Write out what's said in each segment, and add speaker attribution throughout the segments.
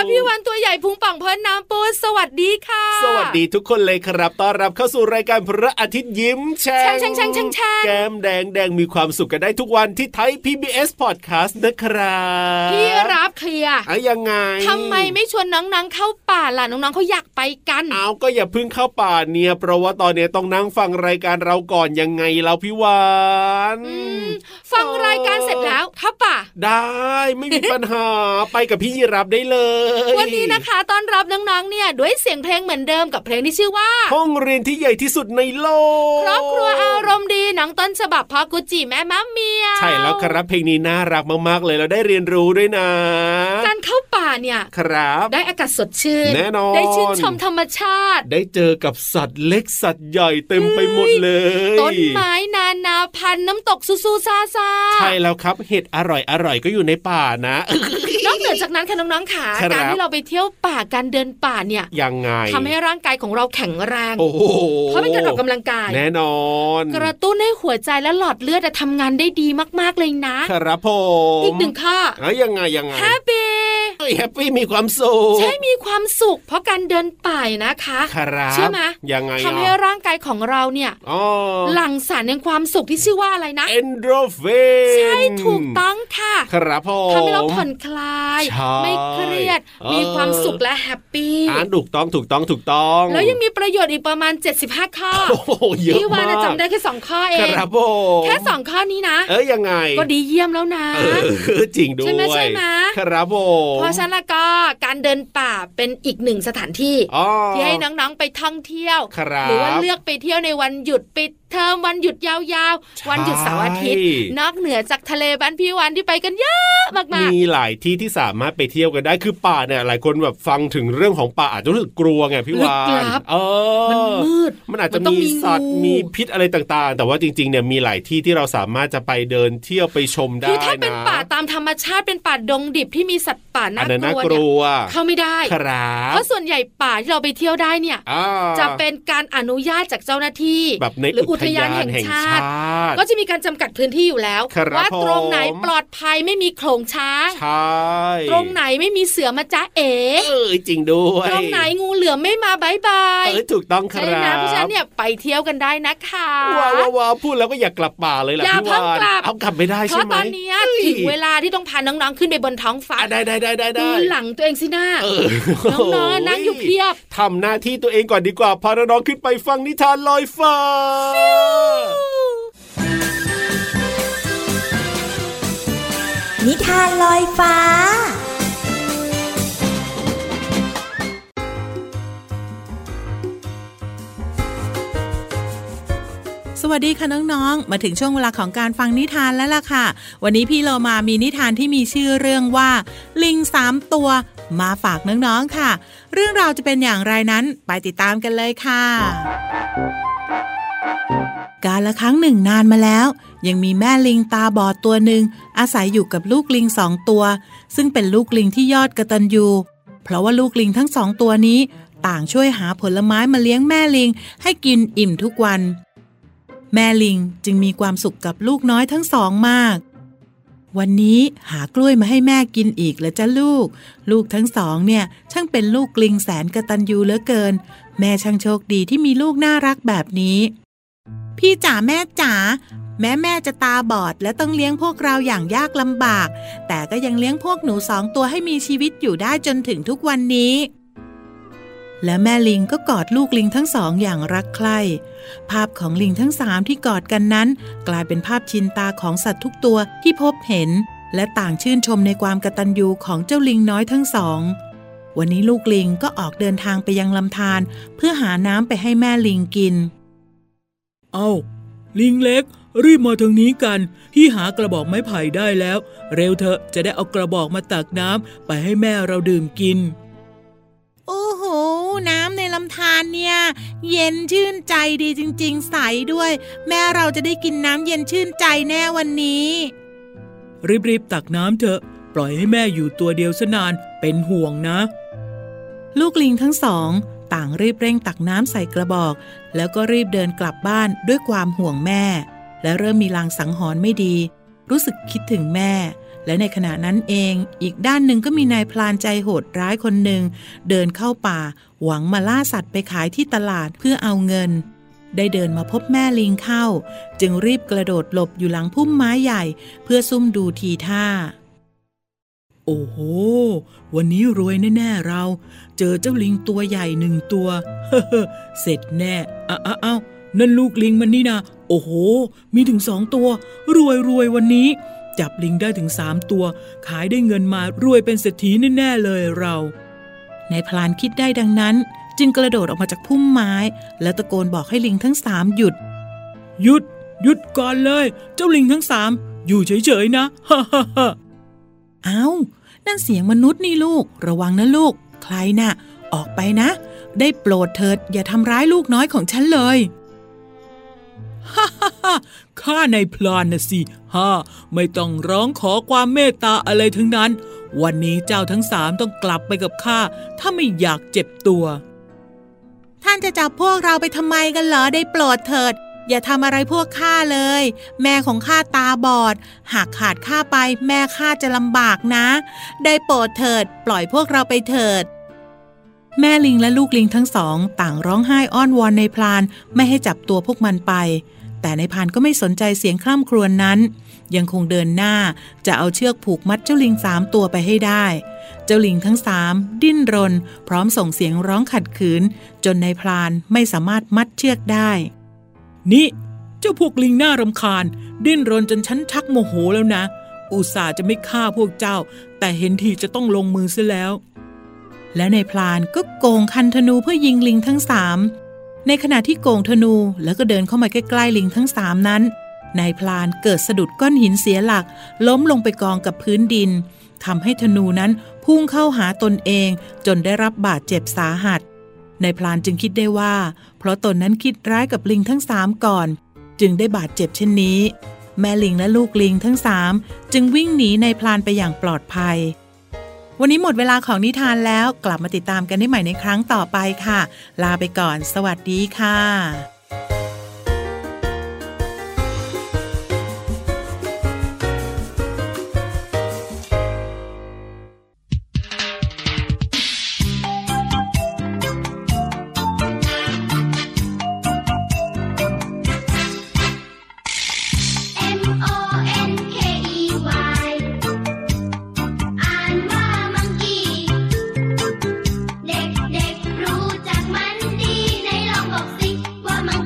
Speaker 1: พี่วันตัวใหญ่พุงป่องพ้นน้ำปูสวัสดีค่ะ
Speaker 2: สวัสดีทุกคนเลยครับต้อนรับเข้าสู่รายการพระอาทิตย์ยิ้มแฉ่งแก้มแดงมีความสุขกันได้ทุกวันที่ไทย PBS Podcast นะครับ
Speaker 1: พี่รับเคลียร์
Speaker 2: ยังไง
Speaker 1: ทำไมไม่ชวนน้องๆเข้าป่าล่ะน้องๆเขาอยากไปกัน
Speaker 2: เอาก็อย่าเพิ่งเข้าป่าเนี่ยเพราะว่าตอนนี้ต้องนั่งฟังรายการเราก่อนยังไงเราพี่วาน
Speaker 1: ฟังรายการเสร็จแล้วเข้าป่า
Speaker 2: ได้ไม่มีปัญหา ไปกับพี่ยีรับได้เลย
Speaker 1: วันนี้นะคะต้อนรับน้องๆเนี่ยด้วยเสียงเพลงเหมือนเดิมกับเพลงที่ชื่อว่า
Speaker 2: ห้องเรียนที่ใหญ่ที่สุดในโลก
Speaker 1: ครอบครัวอารมณ์ดีน้องต้นฉบับพ่อกุจิแม่มะเมียว
Speaker 2: ใช่แล้วครับเพลงนี้น่ารักมากๆเลยเราได้เรียนรู้ด้วยนะ
Speaker 1: การเข้าป่าเนี่ย
Speaker 2: ครับ
Speaker 1: ได้อากาศสดชื่น
Speaker 2: แน่นอน
Speaker 1: ได้ชื่นชมธรรมชาติ
Speaker 2: ได้เจอกับสัตว์เล็กสัตว์ใหญ่เต็มไปหมดเลย
Speaker 1: ต้นไม้นานาพันธุ์น้ำตกซูซาซา
Speaker 2: ใช่แล้วครับเห็ดอร่อยก็อยู่ในป่านะ
Speaker 1: นอกเหนือจากนั้นค่ะน้องๆขาการที่เราไปเที่ยวป่าการเดินป่าเนี่ย
Speaker 2: ยังไง
Speaker 1: ทำให้ร่างกายของเราแข็งแรงเพ
Speaker 2: ราะ
Speaker 1: เป็นการออกกำลังกาย
Speaker 2: แน่นอน
Speaker 1: กระตุ้นให้หัวใจและหลอดเลือดทำงานได้ดีมากๆเลยนะครับ
Speaker 2: ผม
Speaker 1: อีกหนึ่งข้อ
Speaker 2: ยังไง
Speaker 1: แฮปปี้
Speaker 2: แฮปปี้มีความสุข
Speaker 1: ใช่มีความสุขเพราะการเดินป่านะคะ
Speaker 2: ครับ
Speaker 1: ใช่ไหม
Speaker 2: ยังไง
Speaker 1: ทำให้ร่างกายของเราเนี่ยหลั่งสารแห่งความสุขที่ชื่อว่าอะไรนะ
Speaker 2: เอนโดรฟิน
Speaker 1: ใช่ถูกต้องค่ะ
Speaker 2: ครับผม
Speaker 1: ทำให้เราผ่อนคลายไม่เครียดมีความสุขและแฮปปี้
Speaker 2: ถูกต้อง
Speaker 1: แล้วยังมีประโยชน์อีกประมาณ75ข้อพี่วานจำได้แค่2ข้อเอง
Speaker 2: ครับผม
Speaker 1: แค่2ข้อนี้นะ
Speaker 2: ยังไง
Speaker 1: ก็ดีเยี่ยมแล้วนะ
Speaker 2: จริงด้วย
Speaker 1: ใช่ไหม
Speaker 2: ครับผม
Speaker 1: เพราะฉะนั้นแล้วก็การเดินป่าเป็นอีกหนึ่งสถานที่ที่ให้น้องๆไปท่องเที่ยวหรือว่าเลือกไปเที่ยวในวันหยุดปิดเทอมวันหยุดยาวๆวันหยุดเสาร์อาทิตย์นอกเหนือจากทะเลบ้านพี่วันที่ไปกันเยอะมาก
Speaker 2: ๆมีหลายที่ที่สามารถไปเที่ยวกันได้คือป่าเนี่ยหลายคนแบบฟังถึงเรื่องของป่าอาจจะรู้สึกกลัวไงพี่วาน
Speaker 1: มันมืด
Speaker 2: มันอาจจะมีสัตว์มีพิษอะไรต่างๆแต่ว่าจริงๆเนี่ยมีหลายที่ที่เราสามารถจะไปเดินเที่ยวไปชมได้นะคือ
Speaker 1: ถ้าเป็นป่าตามธรรมชาติเป็นป่าดงดิบที่มีสัตว์ป่าน่ากลัวเข้าไม่ได้เพราะส่วนใหญ่ป่าที่เราไปเที่ยวได้เนี่ยจะเป็นการอนุญาตจากเจ้าหน้าที่
Speaker 2: หรือ
Speaker 1: อุทยานแห่งชาติก็จะมีการจำกัดพื้นที่อยู่แล้วว่าตรงไหนปลอดภัยไม่มีโขลงช้างตรงไหนไม่มีเสือมาจ้า
Speaker 2: จริงด้วย
Speaker 1: ตรงไหนงูเหลือมไม่มาบายบาย
Speaker 2: ถูกต้องครับใช่
Speaker 1: นะเพราะฉะนั้นเนี่ยไปเที่ยวกันได้นะคะ
Speaker 2: ว้าวพูดแล้วก็อยากกลับป่าเลยล่ะพี่วานเอากลับไม่ได้ใช่ไหมเพราะ
Speaker 1: ตอนนี้ถึงเวลาที่ต้องพาน้องๆขึ้นไปบนท้องฟ้า
Speaker 2: ได้
Speaker 1: ดูหลังตัวเองสินะน้องๆนั่งอยู่เพียบ
Speaker 2: ทำหน้าที่ตัวเองก่อนดีกว่าพาน้องๆขึ้นไปฟังนิทานลอยฟ้า
Speaker 3: นิทานลอยฟ้า
Speaker 4: สวัสดีค่ะน้องๆมาถึงช่วงเวลาของการฟังนิทานแล้วล่ะค่ะวันนี้พี่โลมามีนิทานที่มีชื่อเรื่องว่าลิง3ตัวมาฝากน้องๆค่ะเรื่องราวจะเป็นอย่างไรนั้นไปติดตามกันเลยค่ะกาลครั้งหนึ่งนานมาแล้วยังมีแม่ลิงตาบอดตัวหนึ่งอาศัยอยู่กับลูกลิง2ตัวซึ่งเป็นลูกลิงที่ยอดกตัญญูเพราะว่าลูกลิงทั้ง2ตัวนี้ต่างช่วยหาผลไม้มาเลี้ยงแม่ลิงให้กินอิ่มทุกวันแม่ลิงจึงมีความสุขกับลูกน้อยทั้ง2มากวันนี้หากล้วยมาให้แม่กินอีกแล้วจ้ะลูกทั้ง2เนี่ยช่างเป็นลูกลิงแสนกตัญญูเหลือเกินแม่ช่างโชคดีที่มีลูกน่ารักแบบนี้พี่จ๋าแม่จ๋าแม่จะตาบอดและต้องเลี้ยงพวกเราอย่างยากลำบากแต่ก็ยังเลี้ยงพวกหนู2ตัวให้มีชีวิตอยู่ได้จนถึงทุกวันนี้และแม่ลิงก็กอดลูกลิงทั้ง2อย่างรักใคร่ภาพของลิงทั้ง3ที่กอดกันนั้นกลายเป็นภาพชินตาของสัตว์ทุกตัวที่พบเห็นและต่างชื่นชมในความกตัญญูของเจ้าลิงน้อยทั้ง2วันนี้ลูกลิงก็ออกเดินทางไปยังลำธารเพื่อหาน้ำไปให้แม่ลิงกิน
Speaker 5: ลิงเล็กรีบมาทางนี้กันพี่หากระบอกไม้ไผ่ได้แล้วเร็วเถอะจะได้เอากระบอกมาตักน้ำไปให้แม่เราดื่มกิน
Speaker 4: โอ้โหน้ำในลำธารเนี่ยเย็นชื่นใจดีจริงๆใสด้วยแม่เราจะได้กินน้ำเย็นชื่นใจแน่วันนี้
Speaker 5: รีบตักน้ำเถอะปล่อยให้แม่อยู่ตัวเดียวซะนานเป็นห่วงนะ
Speaker 4: ลูกลิงทั้ง2ต่างรีบเร่งตักน้ำใส่กระบอกแล้วก็รีบเดินกลับบ้านด้วยความห่วงแม่และเริ่มมีลางสังหรณ์ไม่ดีรู้สึกคิดถึงแม่และในขณะนั้นเองอีกด้านหนึ่งก็มีนายพรานใจโหดร้ายคนหนึ่งเดินเข้าป่าหวังมาล่าสัตว์ไปขายที่ตลาดเพื่อเอาเงินได้เดินมาพบแม่ลิงเข้าจึงรีบกระโดดหลบอยู่หลังพุ่มไม้ใหญ่เพื่อซุ่มดูทีท่าโอ้โหวันนี้รวยแน่ๆเราเจอเจ้าลิงตัวใหญ่1 ตัว เสร็จแน่อ้าวนั่นลูกลิงมันนี่นะโอ้โหมีถึง2 ตัวรวยวันนี้จับลิงได้ถึง3 ตัวขายได้เงินมารวยเป็นเศรษฐีแน่ๆเลยเรานายพลานคิดได้ดังนั้นจึงกระโดดออกมาจากพุ่มไม้แล้วตะโกนบอกให้ลิงทั้ง3หยุดก่อนเลยเจ้าลิงทั้ง3อยู่เฉยๆนะฮ่าอ้าวนั่นเสียงมนุษย์นี่ลูกระวังนะลูกใครน่ะออกไปนะได้โปรดเถิดอย่าทำร้ายลูกน้อยของฉันเลยฮ่าข้านายพลานนะสิไม่ต้องร้องขอความเมตตาอะไรทั้งนั้นวันนี้เจ้าทั้ง3ต้องกลับไปกับข้าถ้าไม่อยากเจ็บตัวท่านจะจับพวกเราไปทำไมกันเหรอได้โปรดเถิดอย่าทำอะไรพวกข้าเลยแม่ของข้าตาบอดหากขาดข้าไปแม่ข้าจะลำบากนะได้โปรดเถิดปล่อยพวกเราไปเถิดแม่ลิงและลูกลิงทั้ง2ต่างร้องไห้อ้อนวอนนายพรานไม่ให้จับตัวพวกมันไปแต่นายพรานก็ไม่สนใจเสียงคร่ำครวญนั้นยังคงเดินหน้าจะเอาเชือกผูกมัดเจ้าลิง3 ตัวไปให้ได้เจ้าลิงทั้ง3ดิ้นรนพร้อมส่งเสียงร้องขัดขืนจนนายพรานไม่สามารถมัดเชือกได้นี่เจ้าพวกลิงน่ารำคาญดิ้นรนจนฉันชักโมโหแล้วนะอุตส่าห์จะไม่ฆ่าพวกเจ้าแต่เห็นทีจะต้องลงมือซะแล้วและนายพรานก็โกงคันธนูเพื่อยิงลิงทั้ง3ในขณะที่โกงธนูแล้วก็เดินเข้ามาใกล้ๆลิงทั้ง3นั้นนายพรานเกิดสะดุดก้อนหินเสียหลักล้มลงไปกองกับพื้นดินทำให้ธนูนั้นพุ่งเข้าหาตนเองจนได้รับบาดเจ็บสาหัสนายพรานจึงคิดได้ว่าเพราะตนนั้นคิดร้ายกับลิงทั้ง3ก่อนจึงได้บาดเจ็บเช่นนี้แม่ลิงและลูกลิงทั้ง3จึงวิ่งหนีนายพรานไปอย่างปลอดภัยวันนี้หมดเวลาของนิทานแล้วกลับมาติดตามกันได้ใหม่ในครั้งต่อไปค่ะลาไปก่อนสวัสดีค่ะ
Speaker 6: เด็กๆรู้จักมันดีไหนลองบอกสิว่ามัง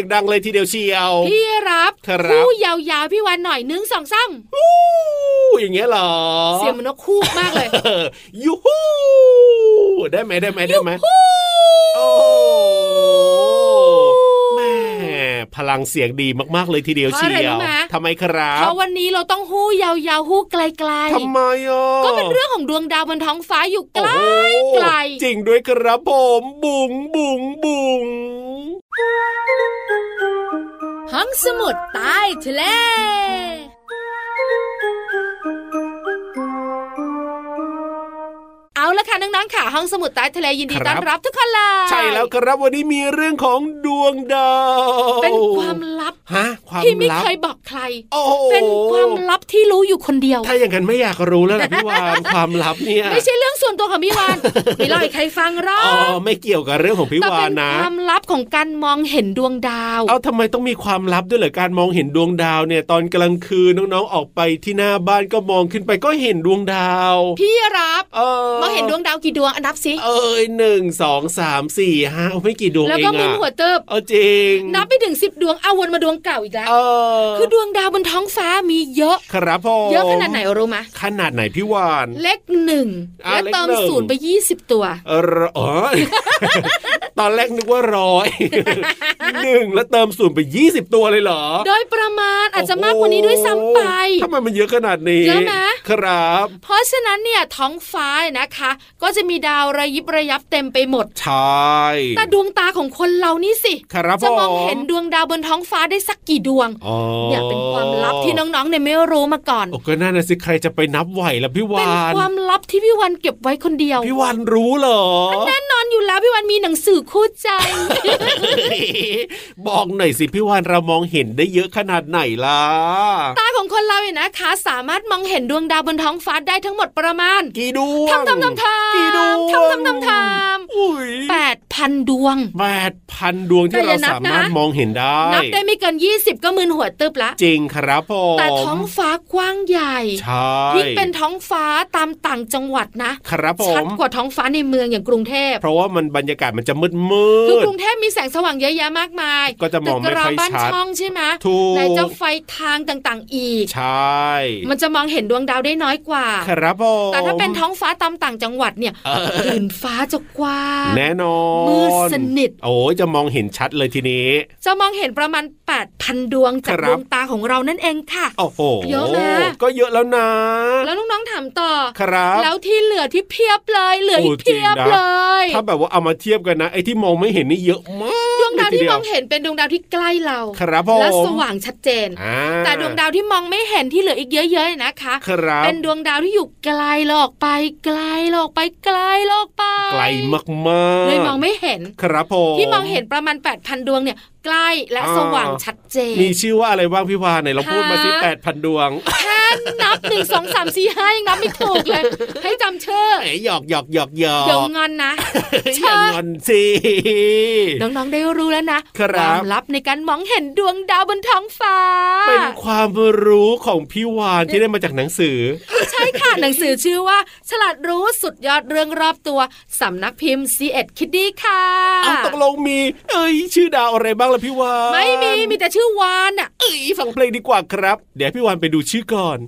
Speaker 2: ดังเลยทีเดียวเชียว
Speaker 1: พี่รับคู่ยาวๆพี่วันหน่อย1 2 3
Speaker 2: อย่างเงี้ยเหรอ
Speaker 1: เสียงมันนกคู่มากเลย
Speaker 2: ยูฮูได้ไหมโอ้แม่พลังเสียงดีมากๆเลยทีเดียวเชียวทำไมครับ
Speaker 1: เพราะวันนี้เราต้องฮู้ยาวๆฮู้ไกลๆ
Speaker 2: ทำไมอ่ะ
Speaker 1: ก็เป็นเรื่องของดวงดาวบนท้องฟ้าอยู่ไกล
Speaker 2: จริงด้วยครับผมบุ๋งบุ๋งบุ๋ง
Speaker 1: ห้องสมุดใต้ทะเลเอาละค่ะน้องๆค่ะห้องสมุดใต้ทะเลยินดีต้อนรับทุกคนเลย
Speaker 2: ใช่แล้วครับวันนี้มีเรื่องของดวงดาว
Speaker 1: เป็นความลับ
Speaker 2: ความลับ
Speaker 1: ที่ไม่เคยบอกใครเป็นความลับที่รู้อยู่คนเดียว
Speaker 2: ถ้าอย่างนั้นไม่อยากรู้แล้วล่ะพี่วานความลับเนี่ย
Speaker 1: ไม่ใช่เรื่องส่วนตัวของพี่วานไม่เล่าให้ใครฟังหรอก
Speaker 2: ไม่เกี่ยวกับเรื่องของพี่วานนะ
Speaker 1: ความลับของการมองเห็นดวงดาว
Speaker 2: ทำไมต้องมีความลับด้วยเหรอการมองเห็นดวงดาวเนี่ยตอนกลางคืนน้องๆออกไปที่หน้าบ้านก็มองขึ้นไปก็เห็นดวงดาว
Speaker 1: พี่รับมองเห็นดวงดาวกี่ดวงนับสิ
Speaker 2: 1 2 3 4 5ไม่กี่ดวงเอง
Speaker 1: แล้วก็มีหัวเติบ
Speaker 2: จริง
Speaker 1: นับไปถึง10 ดวงเอาวนมาดวงเก่าอีกแล้วคือดวงดาวบนท้องฟ้ามีเยอะ
Speaker 2: ครับพ่อ
Speaker 1: เยอะขนาดไหนรู้ไหม
Speaker 2: ขนาดไหนพี่วาน
Speaker 1: เลข1แล้วเติม0ไป20ตัว
Speaker 2: ตอนแรกนึกว่า100แล้วเติม0ไป20ตัวเลยเหรอ
Speaker 1: โดยประมาณอาจจะมากกว่านี้ด้วยซ้ำไป
Speaker 2: ทำไมมันเยอะขนาดนี้
Speaker 1: เยอะไหม
Speaker 2: ครับ
Speaker 1: เพราะฉะนั้นเนี่ยท้องฟ้านะคะก็จะมีดาวระยิบระยับเต็มไปหมด
Speaker 2: ใช่
Speaker 1: แต่ดวงตาของคนเรานี่สิจะมองเห็นดวงดาวบนท้องฟ้าได้สักกี่ดวงเนี่ยเป็นความลับที่น้องๆเนี่ยไม่รู้มาก่อน
Speaker 2: ก็น่าจะสิใครจะไปนับไหวล่ะพี่วาน
Speaker 1: เป็นความลับที่พี่วานเก็บไว้คนเดียว
Speaker 2: พี่วานรู้เหรอ
Speaker 1: แน่นอนอยู่แล้วพี่วานมีหนังสือคู่ใจ
Speaker 2: บอกหน่อยสิพี่วานเรามองเห็นได้เยอะขนาดไหนล่ะ
Speaker 1: ตาของคนเราเนี่ยนะคะสามารถมองเห็นดวงดาวบนท้องฟ้าได้ทั้งหมดประมาณ
Speaker 2: กี่ดวง
Speaker 1: กี่ดวง8,000 ดวง
Speaker 2: 8,000 ดวงที่เราสามารถมองเห็นได้
Speaker 1: นับได้ไม่เกิน20ก็มึนหัวตึบละ
Speaker 2: จริงครับผม
Speaker 1: แต่ท้องฟ้ากว้างใหญ่ยิ่งเป็นท้องฟ้าตามต่างจังหวัดนะครับผมชัดกว่าท้องฟ้าในเมืองอย่างกรุงเทพ
Speaker 2: เพราะว่ามันบรรยากาศมันจะมืด
Speaker 1: คือกรุงเทพมีแสงสว่างเยอะแยะมากมาย
Speaker 2: ก็จะมองไม่ค่อยชัด
Speaker 1: บ้านช่องใช่ไหมไหนจะไฟทางต่างๆอีก
Speaker 2: ใช่
Speaker 1: มันจะมองเห็นดวงดาวได้น้อยกว่า
Speaker 2: ครับผม
Speaker 1: แต่ถ้าเป็นท้องฟ้าตามต่างจังหวัดเนี่ยพื้นฟ้าจะกว้าง
Speaker 2: แน่นอน
Speaker 1: มืดสนิท
Speaker 2: โอ้ยจะมองเห็นชัดเลยทีนี้
Speaker 1: จะมองเห็นประมาณ 8,000 ดวงจากดวงตาของเรานั่นเองค่ะ
Speaker 2: โอ้โห
Speaker 1: เยอะนะ
Speaker 2: ก็เยอะแล้วนะ
Speaker 1: แล้วน้องๆถามต่อ
Speaker 2: ครับ
Speaker 1: แล้วที่เหลือที่เพียบเลยเหลืออีกเพียบเลย
Speaker 2: ถ้าแบบว่าเอามาเทียบกันนะไอ้ที่มองไม่เห็นนี่เยอะมาก
Speaker 1: ดวงดาวที่มองเห็นเป็นดวงดาวที่ใกล้เราและสว่างชัดเจนแต่ดวงดาวที่มองไม่เห็นที่เหลืออีกเยอะๆนะคะเป็นดวงดาวที่อยู่ไกลโลกไปไกลโลกไปไกลโลกไป
Speaker 2: ไกลมากๆ
Speaker 1: เลยมองไม่เห็น
Speaker 2: ครับผม
Speaker 1: ที่มองเห็นประมาณ 8,000 ดวงเนี่ยใกล้และสว่างชัดเจน
Speaker 2: มีชื่อว่าอะไรบ้างพี่วานไหนเราพูดมาสิ 8,000 ดวง
Speaker 1: แค่นับ1 2 3 4 5ยังนับไม่ถูกเลยให้จำชื่อ
Speaker 2: หยอกเ
Speaker 1: ดี๋ยวงอนนะ
Speaker 2: อย่างอนสิ
Speaker 1: น้องๆได้รู้แล้วนะความลับในการมองเห็นดวงดาวบนท้องฟ้า
Speaker 2: เป็นความรู้ของพี่วานที่ได้มาจากหนังสือ
Speaker 1: ใช่ค่ะหนังสือชื่อว่าฉลาดรู้สุดยอดเรื่องรอบตัวสำนักพิมพ์ C1 Kiddie ค่ะ
Speaker 2: ตกลงมีชื่อดาวอะไรบ้างล่ะพี่วาน
Speaker 1: ไม่มีแต่ชื่อวานอ่ะ
Speaker 2: ฟังเพลงดีกว่าครับเดี๋ยวพี่วานไปดูชื่อก่อน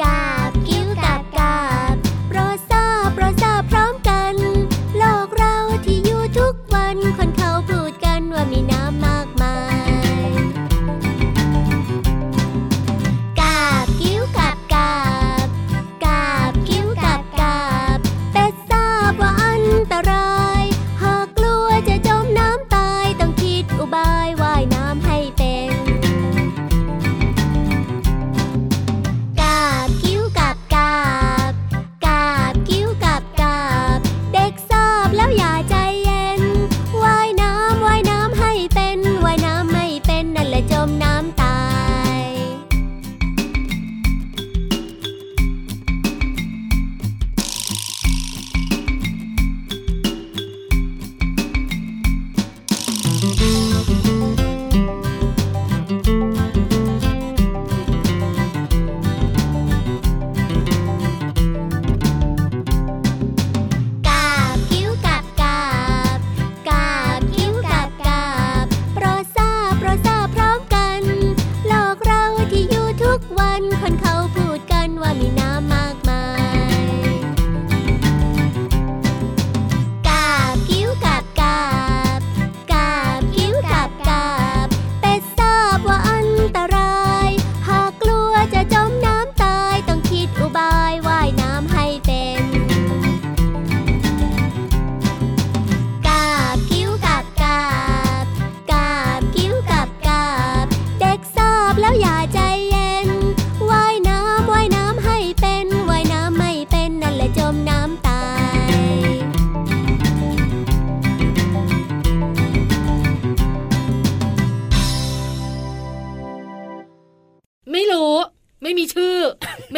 Speaker 6: โลกเรา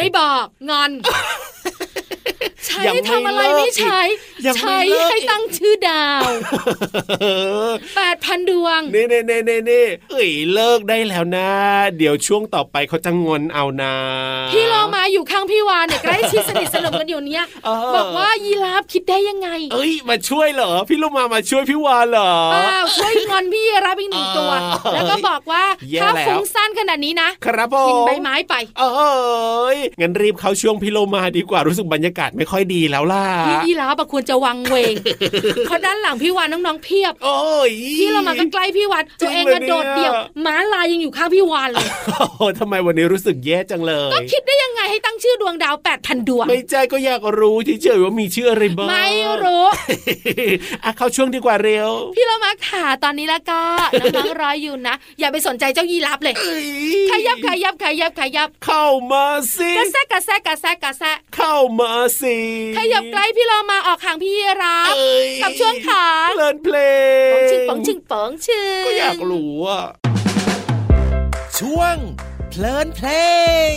Speaker 1: ไม่บอกงอนใช้ทำอะไรไม่ใช้ให้ตั้งชื่อดาว 8,000 ดวง
Speaker 2: นี่เอ้ยเลิกได้แล้วนะเดี๋ยวช่วงต่อไปเขาจะงอนเอานะ
Speaker 1: พี่เรามาอยู่ข้างพี่วานเนี่ยใกล้ชิดสนิทสนมกันอยู่เนี่ยบอกว่ายีราฟคิดได้ยังไง
Speaker 2: เอ้ยมาช่วยเหรอพี่เรามาช่วยพี่วานเหรอ
Speaker 1: เปล่าช่วยงอนพี่ยีราฟอีก1 ตัวแล้วก็บอกว่าถ้าฟุ้งซ่านขนาดนี้นะครับผมกินใบไม้ไป
Speaker 2: งั้นรีบเข้าช่วงพี่เรามาดีกว่ารู้สึกบรรยากาศไม่ค่อยดีแล้วล่ะ
Speaker 1: พี่ยีราฟควรจะวังเวงเขาด้านหลังพี่วานน้องๆเพียบพี่เรามาก็ใกล้พี่วานตัวเองกระโดดเดี่ยวม้าลายยังอยู่ข้างพี่วานเลย
Speaker 2: ทำไมวันนี้รู้สึกแย่จังเลย
Speaker 1: ก็คิดได้ยังไงให้ตั้งชื่อดวงดาว 8,000 ดวง
Speaker 2: ไม่ใจก็อยากรู้เฉยๆว่ามีชื่ออะไรบ้าง
Speaker 1: ไม่รู้
Speaker 2: เข้าช่วงดีกว่าเร็ว
Speaker 1: พี่เรามาค่ะตอนนี้แล้วก็น้องๆรออยู่นะอย่าไปสนใจเจ้ายีราฟเลยขยับ
Speaker 2: เข้ามาสิ
Speaker 1: กระแซะ
Speaker 2: เข้ามาสิ
Speaker 1: ขยับใกล้พี่เรามาออกห่างพี่ยีราฟกับช่วงขา
Speaker 2: เพลง
Speaker 1: ป๋องชึง
Speaker 2: ก็อยากรู้อ่ะ
Speaker 7: ช่วงเพลินเพลง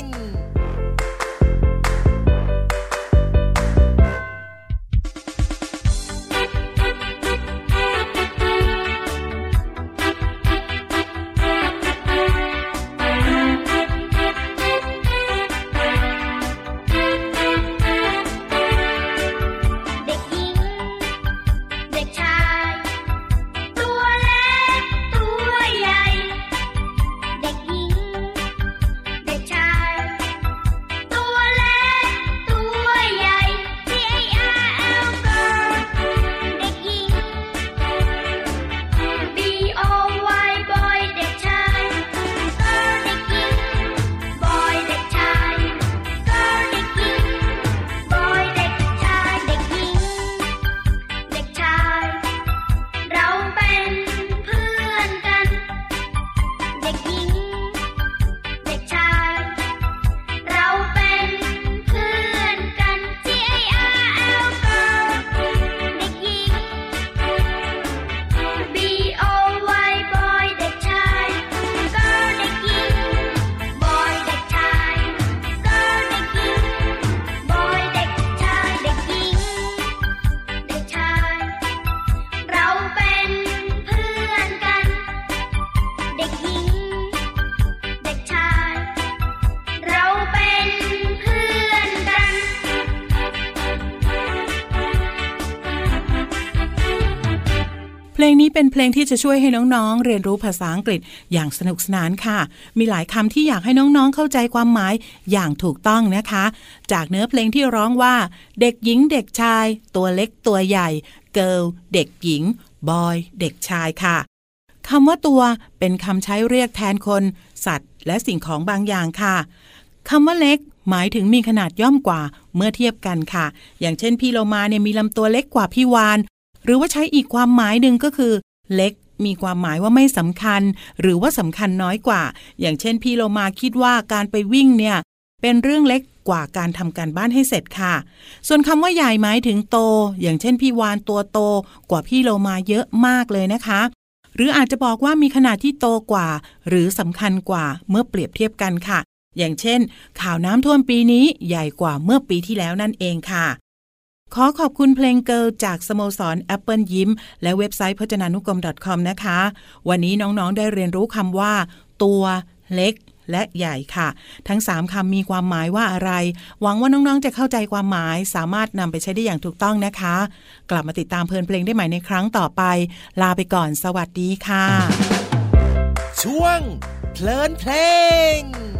Speaker 4: เพลงนี้เป็นเพลงที่จะช่วยให้น้องๆเรียนรู้ภาษาอังกฤษอย่างสนุกสนานค่ะมีหลายคำที่อยากให้น้องๆเข้าใจความหมายอย่างถูกต้องนะคะจากเนื้อเพลงที่ร้องว่าเด็กหญิงเด็กชายตัวเล็กตัวใหญ่ girl เด็กหญิง boy เด็กชายค่ะคำว่าตัวเป็นคำใช้เรียกแทนคนสัตว์และสิ่งของบางอย่างค่ะคำว่าเล็กหมายถึงมีขนาดย่อมกว่าเมื่อเทียบกันค่ะอย่างเช่นพี่โลมาเนี่ยมีลำตัวเล็กกว่าพี่วานหรือว่าใช้อีกความหมายหนึ่งก็คือเล็กมีความหมายว่าไม่สำคัญหรือว่าสำคัญน้อยกว่าอย่างเช่นพี่โลมาคิดว่าการไปวิ่งเนี่ยเป็นเรื่องเล็กกว่าการทำการบ้านให้เสร็จค่ะส่วนคำว่าใหญ่หมายถึงโตอย่างเช่นพี่วานตัวโตกว่าพี่โลมาเยอะมากเลยนะคะหรืออาจจะบอกว่ามีขนาดที่โตกว่าหรือสำคัญกว่าเมื่อเปรียบเทียบกันค่ะอย่างเช่นข่าวน้ำท่วมปีนี้ใหญ่กว่าเมื่อปีที่แล้วนั่นเองค่ะขอขอบคุณเพลงเกิร์ลจากสโมสรแอปเปิลยิ้มและเว็บไซต์พจนานุกรม .com นะคะวันนี้น้องๆได้เรียนรู้คำว่าตัวเล็กและใหญ่ค่ะทั้ง3คำมีความหมายว่าอะไรหวังว่าน้องๆจะเข้าใจความหมายสามารถนำไปใช้ได้อย่างถูกต้องนะคะกลับมาติดตามเพลินเพลงได้ใหม่ในครั้งต่อไปลาไปก่อนสวัสดีค่ะ
Speaker 7: ช่วงเพลินเพลง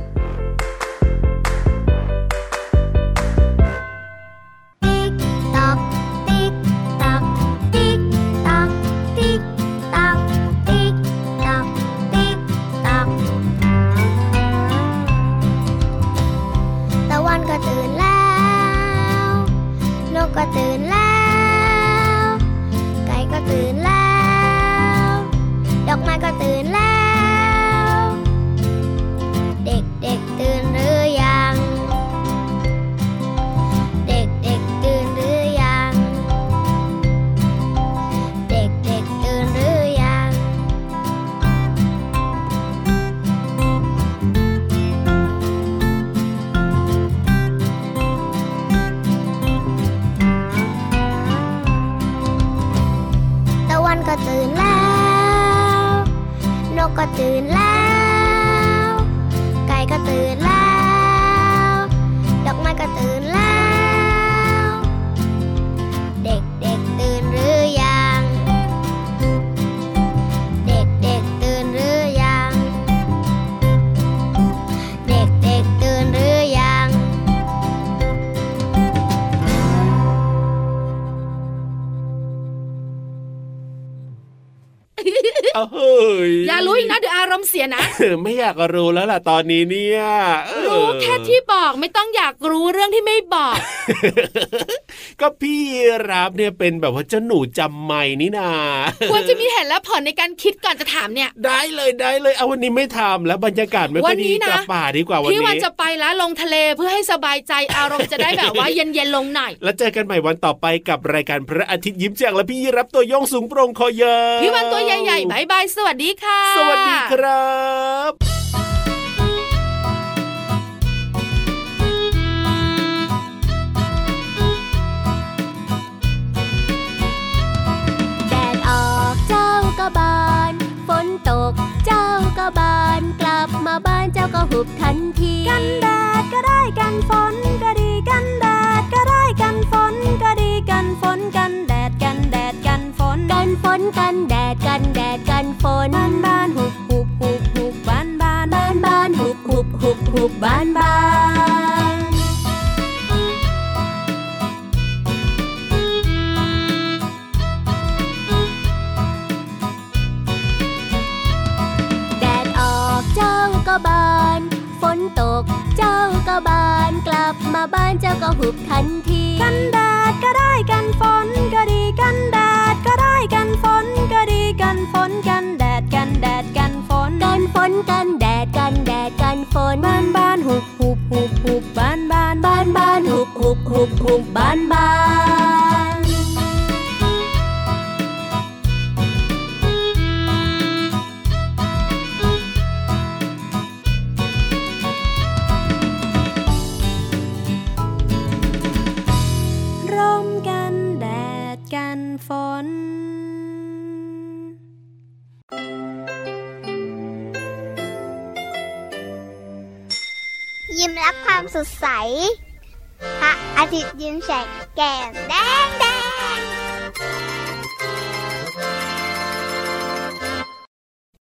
Speaker 6: ก็ตื่นแล้วไก่ก็ตื่นแล้วดอกไม้ก็ตื่นแล้วเด็กตื่นแล้วนกก็ตื่นแล้วไก่ก็ตื่นแล้วดอกไม้ก็ตื่นแล้วเด็กๆตื่นหรือยังเด็กๆตื่นหรือยังเด็กๆตื่นหรือยัง
Speaker 1: อย่ารู้อีกนะเดี๋ยวอารมณ์เสียนะ
Speaker 2: ไม่อยากรู้แล้วล่ะตอนนี้เนี่ย
Speaker 1: รู้แค่ที่บอกไม่ต้องอยากรู้เรื่องที่ไม่บอก
Speaker 2: ก็พี่รับเนี่ยเป็นแบบว่าเจ้าหนูจำไม่นี่นา
Speaker 1: ควรจะมีเหตุและผลในการคิดก่อนจะถามเนี่ย
Speaker 2: ได้เลยเอาวันนี้ไม่ทำแล้วบรรยากาศไม่ค่อยดีกลับป่าดีกว่าวันนี้
Speaker 1: พี่วันจะไปแล้วลงทะเลเพื่อให้สบายใจอารมณ์จะได้แบบว่าเย็นๆลงหน่อย
Speaker 2: แล้วเจอกันใหม่วันต่อไปกับรายการพระอาทิตย์ยิ้มแจ่งและพี่รับตัวโยงสูงโปร่งคอยาว
Speaker 1: พี่วันตัวใหญ่ๆบายสวัสดีค่ะ
Speaker 2: สวัสดีครับ
Speaker 6: แดดออกเจ้าก็บานฝนตกเจ้าก็บานกลับมาบ้านเจ้าก็หุบทันทีกันแดดก็ได้กันฝนก็ดีกันแดดก็ได้กันฝนก็ดีกันฝนกันแดดกันแดดกันฝนกันฝนกันแดดกันแดดกันฝนบ้านหุบหุบหุบหุบบ้านหุบหุบหุบหุบบ้านแดดออกเจ้าก็บานฝนตกเจ้าก็บานกลับมาบ้านเจ้าก็หุบทันทีกันแดดก็ได้กันฝนก็ดีกันแดดก็ได้กันฝนก็ดีกันฝนกันแดดกันแดดกันฝนกันฝนกันแดดกันแดดกันฝนบ้านหุบหุบหุบหุบบ้านหุบหุบหุบหุบบ้านร่มกันแดดกันฝนยิ้มรับความสดใสพระอาทิตย์ยิ้มแฉกแก้มแดง